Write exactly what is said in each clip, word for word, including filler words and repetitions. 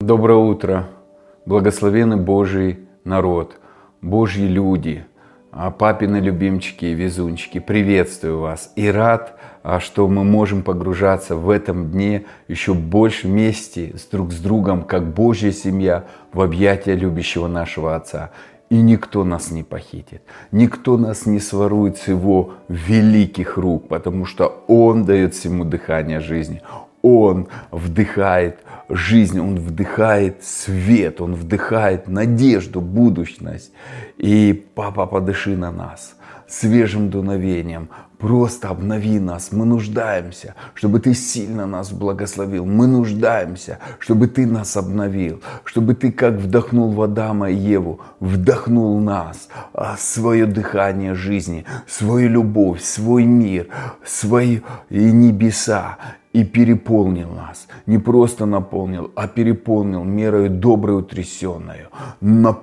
Доброе утро, благословенный Божий народ, Божьи люди, папины любимчики и везунчики. Приветствую вас и рад, что мы можем погружаться в этом дне еще больше вместе с друг с другом, как Божья семья, в объятия любящего нашего Отца. И никто нас не похитит, никто нас не сворует с Его великих рук, потому что Он дает всему дыхание жизни. Он вдыхает жизнь, Он вдыхает свет, Он вдыхает надежду, будущность. И, Папа, подыши на нас свежим дуновением, просто обнови нас. Мы нуждаемся, чтобы Ты сильно нас благословил. Мы нуждаемся, чтобы Ты нас обновил, чтобы Ты, как вдохнул в Адама и Еву, вдохнул нас, свое дыхание жизни, свою любовь, свой мир, свои небеса. И переполнил нас, не просто наполнил, а переполнил мерою доброй утрясенную, на,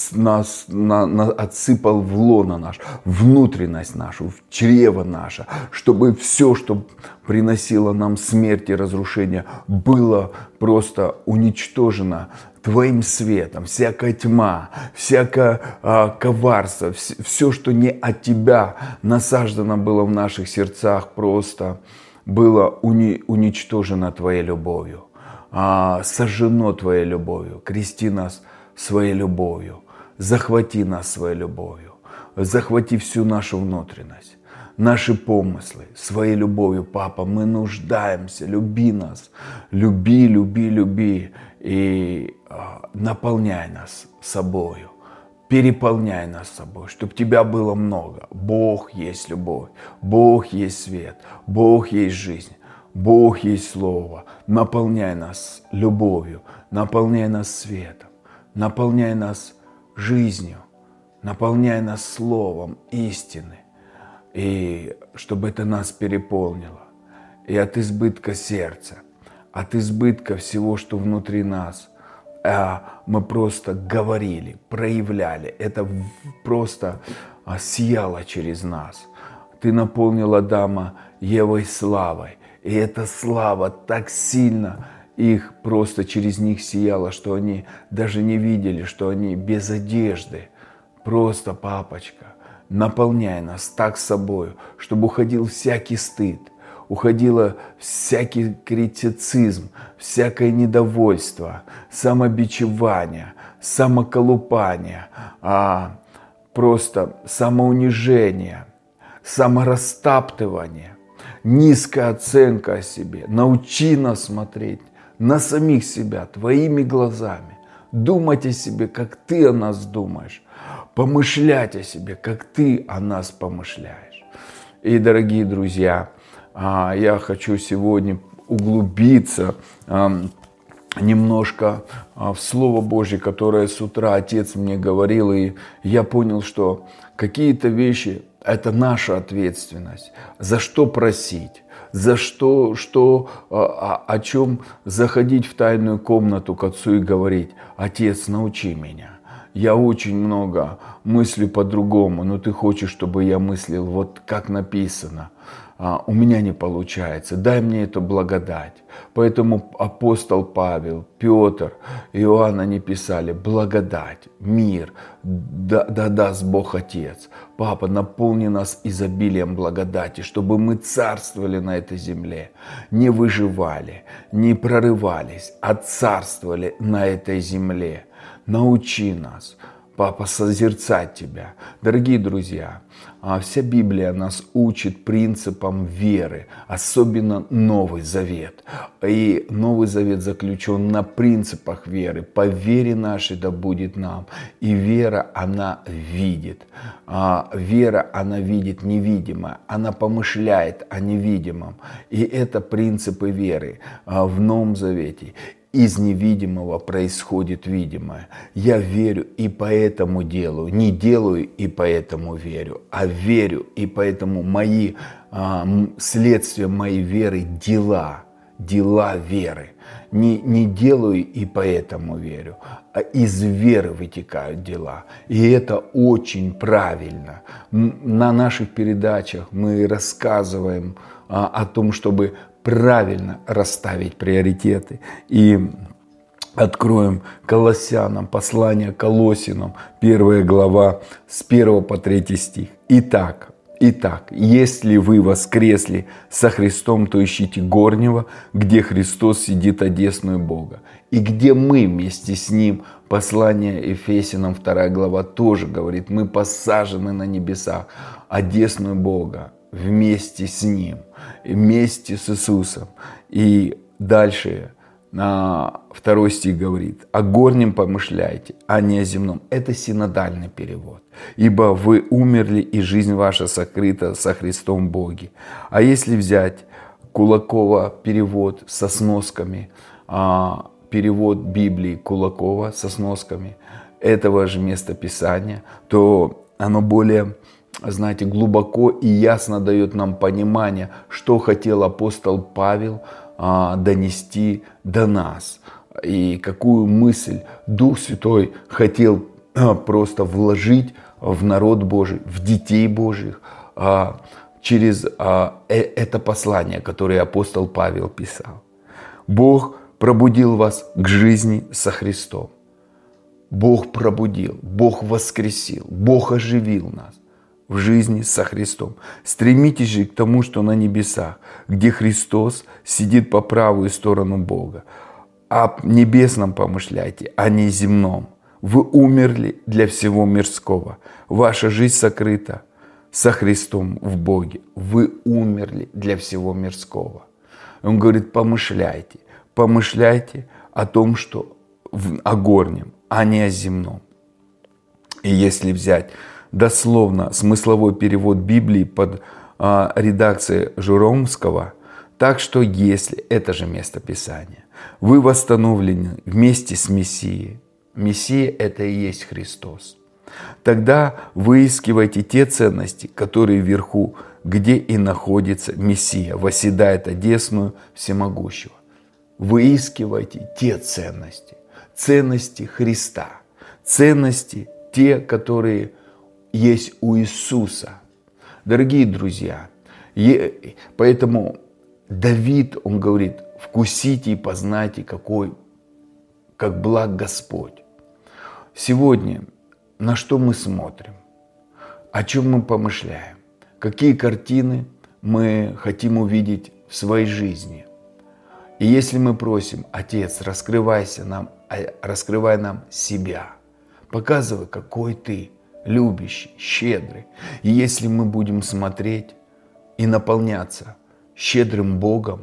нас на, на, отсыпал в лоно наш, внутренность нашу, в чрево наше, чтобы все, что приносило нам смерть и разрушение, было просто уничтожено Твоим светом. Всякая тьма, всякое а, коварство, все, все, что не от Тебя насаждено было в наших сердцах, просто было уни, уничтожено Твоей любовью, а, сожжено Твоей любовью. Крести нас своей любовью, захвати нас своей любовью, захвати всю нашу внутренность, наши помыслы своей любовью. Папа, мы нуждаемся, люби нас, люби, люби, люби и а, наполняй нас собою. Переполняй нас собой, чтобы Тебя было много. Бог есть любовь, Бог есть свет, Бог есть жизнь, Бог есть Слово. Наполняй нас любовью, наполняй нас светом, наполняй нас жизнью, наполняй нас Словом истины. И чтобы это нас переполнило. И от избытка сердца, от избытка всего, что внутри нас, мы просто говорили, проявляли. Это просто сияло через нас. Ты наполнил Адама Евой славой. И эта слава так сильно их просто через них сияла, что они даже не видели, что они без одежды. Просто, папочка, наполняй нас так собою, чтобы уходил всякий стыд, уходило всякий критицизм, всякое недовольство, самобичевание, самоколупание, а, просто самоунижение, саморастаптывание, низкая оценка о себе. Научи нас смотреть на самих себя Твоими глазами, думать о себе, как Ты о нас думаешь, помышлять о себе, как Ты о нас помышляешь. И, дорогие друзья, я хочу сегодня углубиться немножко в Слово Божье, которое с утра Отец мне говорил, и я понял, что какие-то вещи – это наша ответственность. За что просить, за что, что о, о чем заходить в тайную комнату к Отцу и говорить: «Отец, научи меня. Я очень много мыслю по-другому, но Ты хочешь, чтобы я мыслил вот как написано. А, у меня не получается, дай мне эту благодать». Поэтому апостол Павел, Петр, Иоанн, они писали: благодать, мир, да, да даст Бог Отец. Папа, наполни нас изобилием благодати, чтобы мы царствовали на этой земле, не выживали, не прорывались, а царствовали на этой земле. Научи нас, Папа, созерцать Тебя. Дорогие друзья, вся Библия нас учит принципам веры, особенно Новый Завет. И Новый Завет заключен на принципах веры. По вере нашей да будет нам. И вера, она видит. Вера, она видит невидимое. Она помышляет о невидимом. И это принципы веры в Новом Завете. Из невидимого происходит видимое. Я верю и поэтому делаю. Не делаю и поэтому верю, а верю и поэтому мои а, следствия моей веры – дела. Дела веры. Не, не делаю и поэтому верю, а из веры вытекают дела. И это очень правильно. На наших передачах мы рассказываем а, о том, чтобы правильно расставить приоритеты. И Откроем Колоссянам, послание Колоссянам, первая глава, с первого по третий стих. Итак, Итак, если вы воскресли со Христом, то ищите горнего, где Христос сидит одесную Бога. И где мы вместе с Ним, послание Ефесянам, вторая глава, тоже говорит, мы посажены на небесах, одесную Бога, вместе с Ним, вместе с Иисусом. И дальше на второй стих говорит, о горнем помышляйте, а не о земном. Это синодальный перевод. Ибо вы умерли, и жизнь ваша сокрыта со Христом в Боге. А если взять Кулакова перевод со сносками, перевод Библии Кулакова со сносками этого же местописания, то оно более, знаете, глубоко и ясно дает нам понимание, что хотел апостол Павел донести до нас. И какую мысль Дух Святой хотел просто вложить в народ Божий, в детей Божьих, через это послание, которое апостол Павел писал. Бог пробудил вас к жизни со Христом. Бог пробудил, Бог воскресил, Бог оживил нас в жизни со Христом. Стремитесь же к тому, что на небесах, где Христос сидит по правую сторону Бога. О небесном помышляйте, а не земном. Вы умерли для всего мирского. Ваша жизнь сокрыта со Христом в Боге. Вы умерли для всего мирского. Он говорит, помышляйте. Помышляйте о том, что о горнем, а не о земном. И если взять дословно смысловой перевод Библии под а, редакцией Журомского, так что если, это же местописание, вы восстановлены вместе с Мессией, Мессия это и есть Христос, тогда выискивайте те ценности, которые вверху, где и находится Мессия, восседает одесную всемогущего. Выискивайте те ценности, ценности Христа, ценности те, которые есть у Иисуса. Дорогие друзья, поэтому Давид, он говорит, вкусите и познайте, какой, как благ Господь. Сегодня на что мы смотрим, о чем мы помышляем, какие картины мы хотим увидеть в своей жизни. И если мы просим, Отец, раскрывайся нам, раскрывай нам себя, показывай, какой ты любящий, щедрый. И если мы будем смотреть и наполняться щедрым Богом,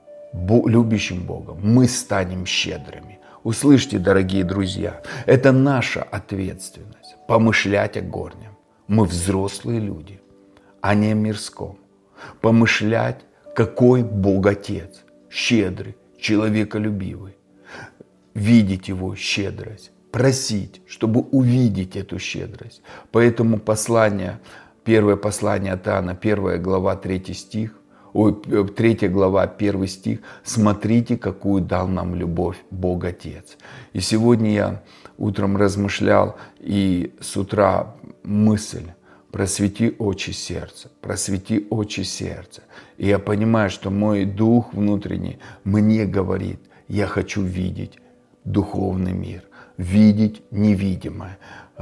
любящим Богом, мы станем щедрыми. Услышьте, дорогие друзья, это наша ответственность помышлять о горнем. Мы взрослые люди, а не о мирском. Помышлять, какой Бог Отец, щедрый, человеколюбивый. Видеть Его щедрость, просить, чтобы увидеть эту щедрость. Поэтому послание, первое послание от Иоанна, первая глава, третий стих, ой, третья глава, первый стих, смотрите, какую дал нам любовь Бог Отец. И сегодня я утром размышлял, и с утра мысль, просвети очи сердца, просвети очи сердца. И я понимаю, что мой дух внутренний мне говорит, я хочу видеть духовный мир, видеть невидимое,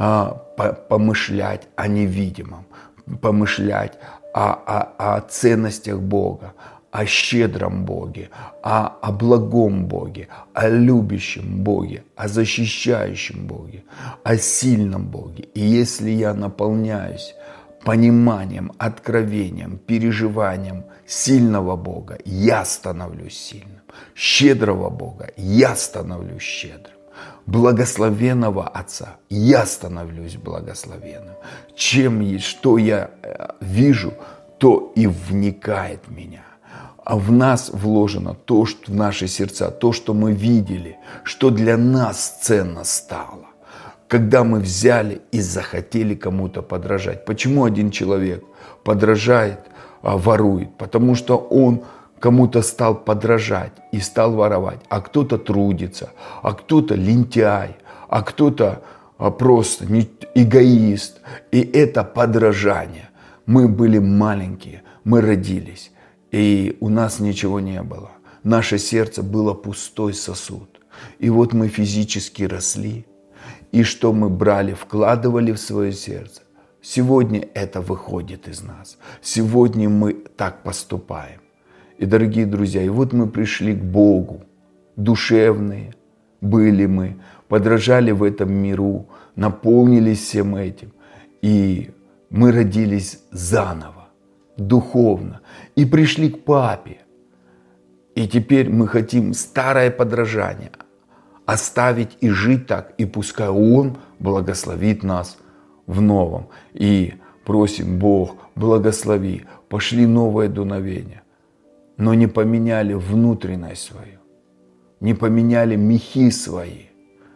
помышлять о невидимом, помышлять о, о, о ценностях Бога, о щедром Боге, о, о благом Боге, о любящем Боге, о защищающем Боге, о сильном Боге. И если я наполняюсь пониманием, откровением, переживанием сильного Бога, я становлюсь сильным. Щедрого Бога, я становлюсь щедрым. Благословенного Отца, я становлюсь благословенным. Чем и что я вижу, то и вникает в меня. А в нас вложено то, что в наши сердца, то, что мы видели, что для нас ценно стало. Когда мы взяли и захотели кому-то подражать. Почему один человек подражает, ворует? Потому что он кому-то стал подражать и стал воровать, а кто-то трудится, а кто-то лентяй, а кто-то просто эгоист. И это подражание. Мы были маленькие, мы родились, и у нас ничего не было. Наше сердце было пустой сосуд. И вот мы физически росли, и что мы брали, вкладывали в свое сердце, сегодня это выходит из нас. Сегодня мы так поступаем. И, дорогие друзья, и вот мы пришли к Богу, душевные были мы, подражали в этом миру, наполнились всем этим. И мы родились заново, духовно, и пришли к Папе. И теперь мы хотим старое подражание оставить и жить так, и пускай Он благословит нас в новом. И просим, Бог, благослови, пошли новое дуновение, но не поменяли внутренность свою, не поменяли мехи свои.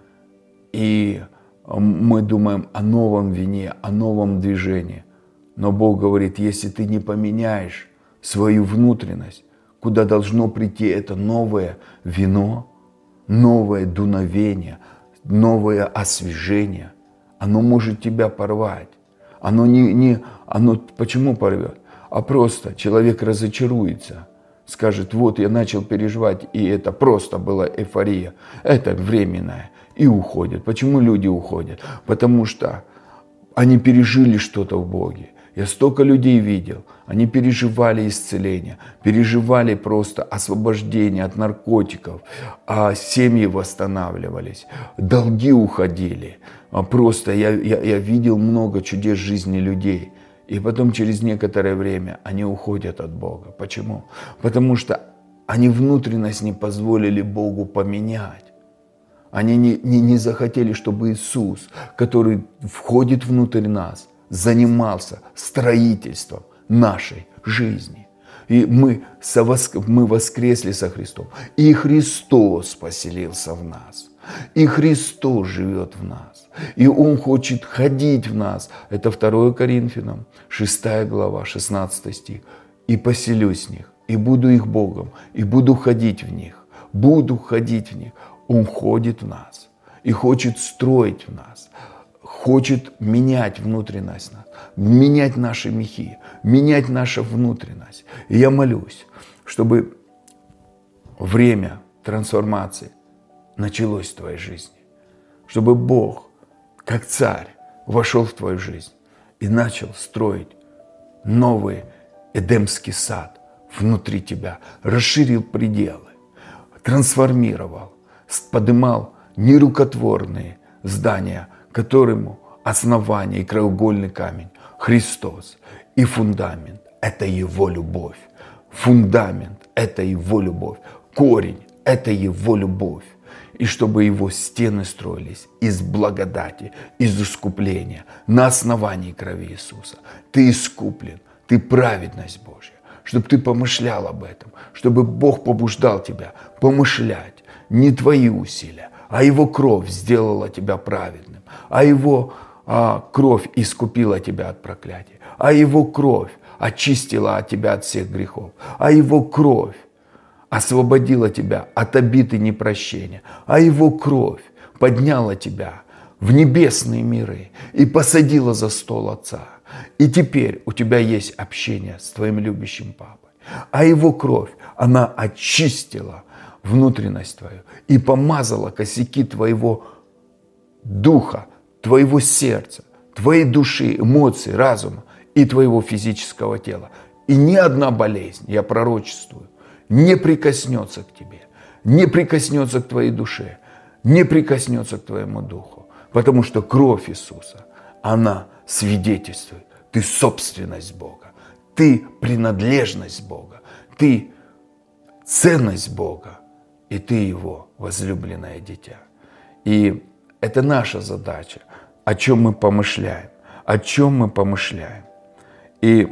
И мы думаем о новом вине, о новом движении. Но Бог говорит, если ты не поменяешь свою внутренность, куда должно прийти это новое вино, новое дуновение, новое освежение, оно может тебя порвать. Оно не, не, оно почему порвет? А просто человек разочаруется, скажет, вот я начал переживать, и это просто была эйфория, это временное, и уходит. Почему люди уходят? Потому что они пережили что-то в Боге. Я столько людей видел, они переживали исцеление, переживали просто освобождение от наркотиков, а семьи восстанавливались, долги уходили. Просто я, я, я видел много чудес в жизни людей. И потом через некоторое время они уходят от Бога. Почему? Потому что они внутренность не позволили Богу поменять. Они не, не, не захотели, чтобы Иисус, который входит внутрь нас, занимался строительством нашей жизни. И мы, совоск... мы воскресли со Христом. И Христос поселился в нас. И Христос живет в нас. И Он хочет ходить в нас. Это второе Коринфянам, шестая глава, шестнадцатый стих. И поселюсь в них, и буду их Богом, и буду ходить в них. Буду ходить в них. Он ходит в нас и хочет строить в нас. Хочет менять внутренность нас, менять наши мехи, менять нашу внутренность. И я молюсь, чтобы время трансформации началось в твоей жизни. Чтобы Бог, как царь, вошел в твою жизнь и начал строить новый Эдемский сад внутри тебя, расширил пределы, трансформировал, поднимал нерукотворные здания, которому основание и краеугольный камень Христос. И фундамент – это Его любовь. Фундамент – это Его любовь. Корень – это Его любовь. И чтобы Его стены строились из благодати, из искупления, на основании крови Иисуса. Ты искуплен, ты праведность Божья. Чтобы ты помышлял об этом, чтобы Бог побуждал тебя помышлять не твои усилия, а Его кровь сделала тебя праведным, а Его а, кровь искупила тебя от проклятия, а Его кровь очистила от тебя от всех грехов, а Его кровь освободила тебя от обид и непрощения, а Его кровь подняла тебя в небесные миры и посадила за стол Отца. И теперь у тебя есть общение с твоим любящим Папой, а Его кровь, она очистила внутренность твою и помазала косяки твоего духа, твоего сердца, твоей души, эмоций, разума и твоего физического тела. И ни одна болезнь, я пророчествую, не прикоснется к тебе, не прикоснется к твоей душе, не прикоснется к твоему духу. Потому что кровь Иисуса, она свидетельствует. Ты собственность Бога, ты принадлежность Бога, ты ценность Бога. И ты Его возлюбленное дитя. И это наша задача, о чем мы помышляем, о чем мы помышляем. И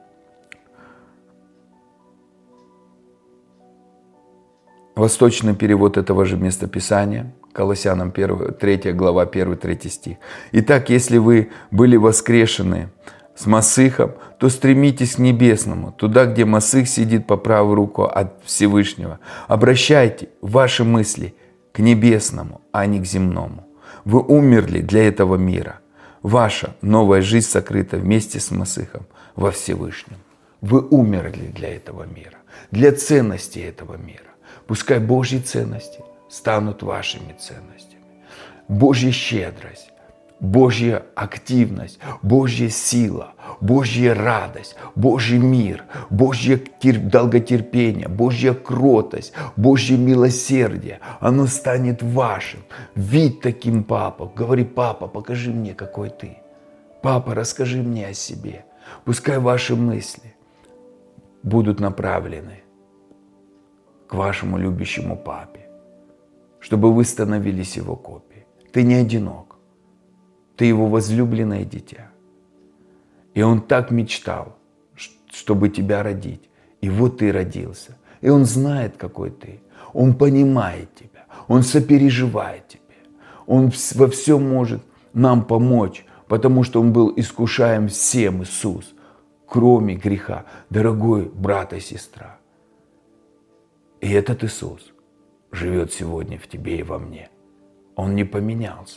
восточный перевод этого же местописания, Колоссянам третья глава, первый-третий стих. Итак, если вы были воскрешены с Масыхом, то стремитесь к небесному, туда, где Масых сидит по правую руку от Всевышнего. Обращайте ваши мысли к небесному, а не к земному. Вы умерли для этого мира. Ваша новая жизнь сокрыта вместе с Масыхом во Всевышнем. Вы умерли для этого мира, для ценностей этого мира. Пускай Божьи ценности станут вашими ценностями. Божья щедрость, Божья активность, Божья сила, Божья радость, Божий мир, Божье долготерпение, Божья кротость, Божье милосердие, оно станет вашим. Видь таким папа. Говори: папа, покажи мне, какой ты. Папа, расскажи мне о себе. Пускай ваши мысли будут направлены к вашему любящему папе, чтобы вы становились его копией. Ты не одинок. Ты его возлюбленное дитя. И он так мечтал, чтобы тебя родить. И вот ты родился. И он знает, какой ты. Он понимает тебя. Он сопереживает тебе. Он во всем может нам помочь, потому что он был искушаем всем, Иисус, кроме греха. Дорогой брат и сестра. И этот Иисус живет сегодня в тебе и во мне. Он не поменялся.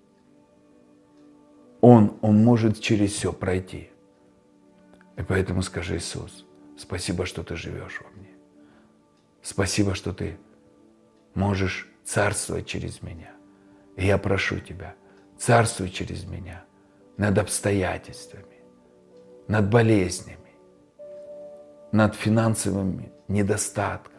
Он, он может через все пройти. И поэтому скажи: Иисус, спасибо, что ты живешь во мне. Спасибо, что ты можешь царствовать через меня. И я прошу тебя, царствуй через меня над обстоятельствами, над болезнями, над финансовым недостатком,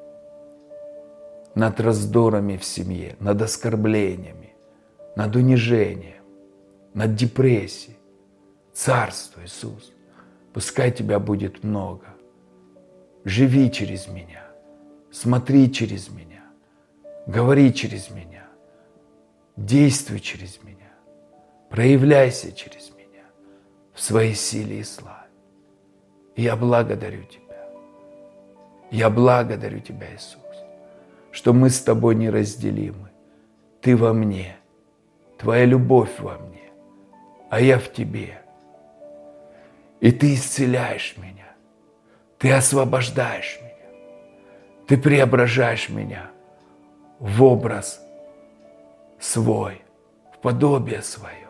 над раздорами в семье, над оскорблениями, над унижением, над депрессией. Царство, Иисус, пускай тебя будет много. Живи через меня, смотри через меня, говори через меня, действуй через меня, проявляйся через меня в своей силе и славе. И я благодарю тебя. Я благодарю тебя, Иисус, что мы с тобой неразделимы. Ты во мне, твоя любовь во мне, а я в тебе. И ты исцеляешь меня, ты освобождаешь меня, ты преображаешь меня в образ свой, в подобие свое.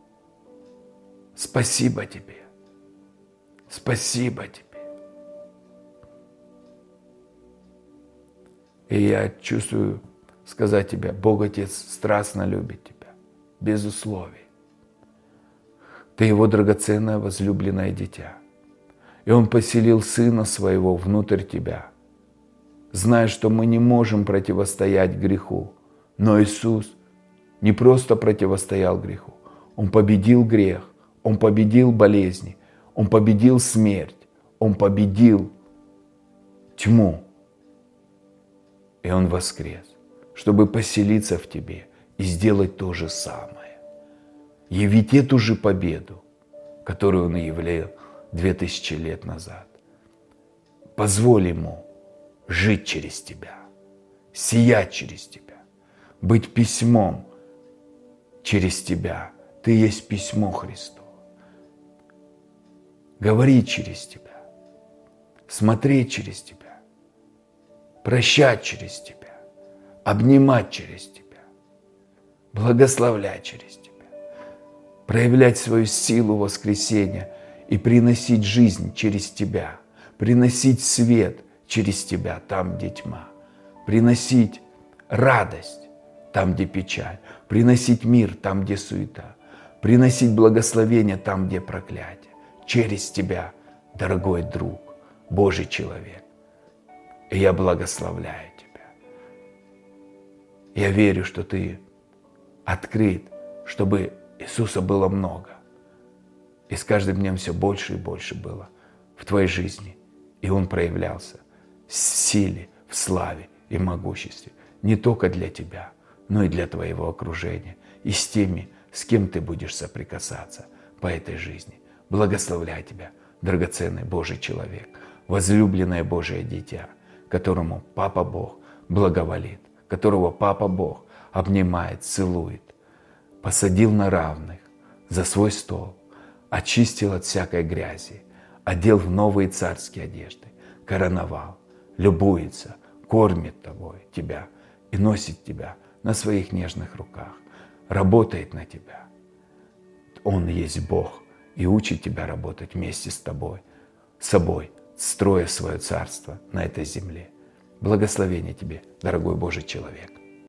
Спасибо тебе, спасибо тебе. И я чувствую сказать тебе: Бог Отец страстно любит тебя, без условий. Ты Его драгоценное возлюбленное дитя. И Он поселил Сына Своего внутрь тебя, зная, что мы не можем противостоять греху. Но Иисус не просто противостоял греху. Он победил грех, Он победил болезни, Он победил смерть, Он победил тьму. И Он воскрес, чтобы поселиться в тебе и сделать то же самое. Явить эту же победу, которую Он являл две тысячи лет назад. Позволь Ему жить через тебя, сиять через тебя, быть письмом через тебя. Ты есть письмо Христово. Говорить через тебя, смотреть через тебя, прощать через тебя, обнимать через тебя, благословлять через тебя, проявлять свою силу воскресения и приносить жизнь через тебя, приносить свет через тебя там, где тьма, приносить радость там, где печаль, приносить мир там, где суета, приносить благословение там, где проклятие, через тебя, дорогой друг, Божий человек. И я благословляю тебя. Я верю, что ты открыт, чтобы Иисуса было много. И с каждым днем все больше и больше было в твоей жизни. И Он проявлялся в силе, в славе и могуществе. Не только для тебя, но и для твоего окружения. И с теми, с кем ты будешь соприкасаться по этой жизни. Благословляю тебя, драгоценный Божий человек, возлюбленное Божие дитя, которому Папа Бог благоволит, которого Папа Бог обнимает, целует, посадил на равных за свой стол, очистил от всякой грязи, одел в новые царские одежды, короновал, любуется, кормит тобой, тебя и носит тебя на своих нежных руках, работает на тебя. Он есть Бог и учит тебя работать вместе с тобой, с собой, строя свое царство на этой земле. Благословение тебе, дорогой Божий человек.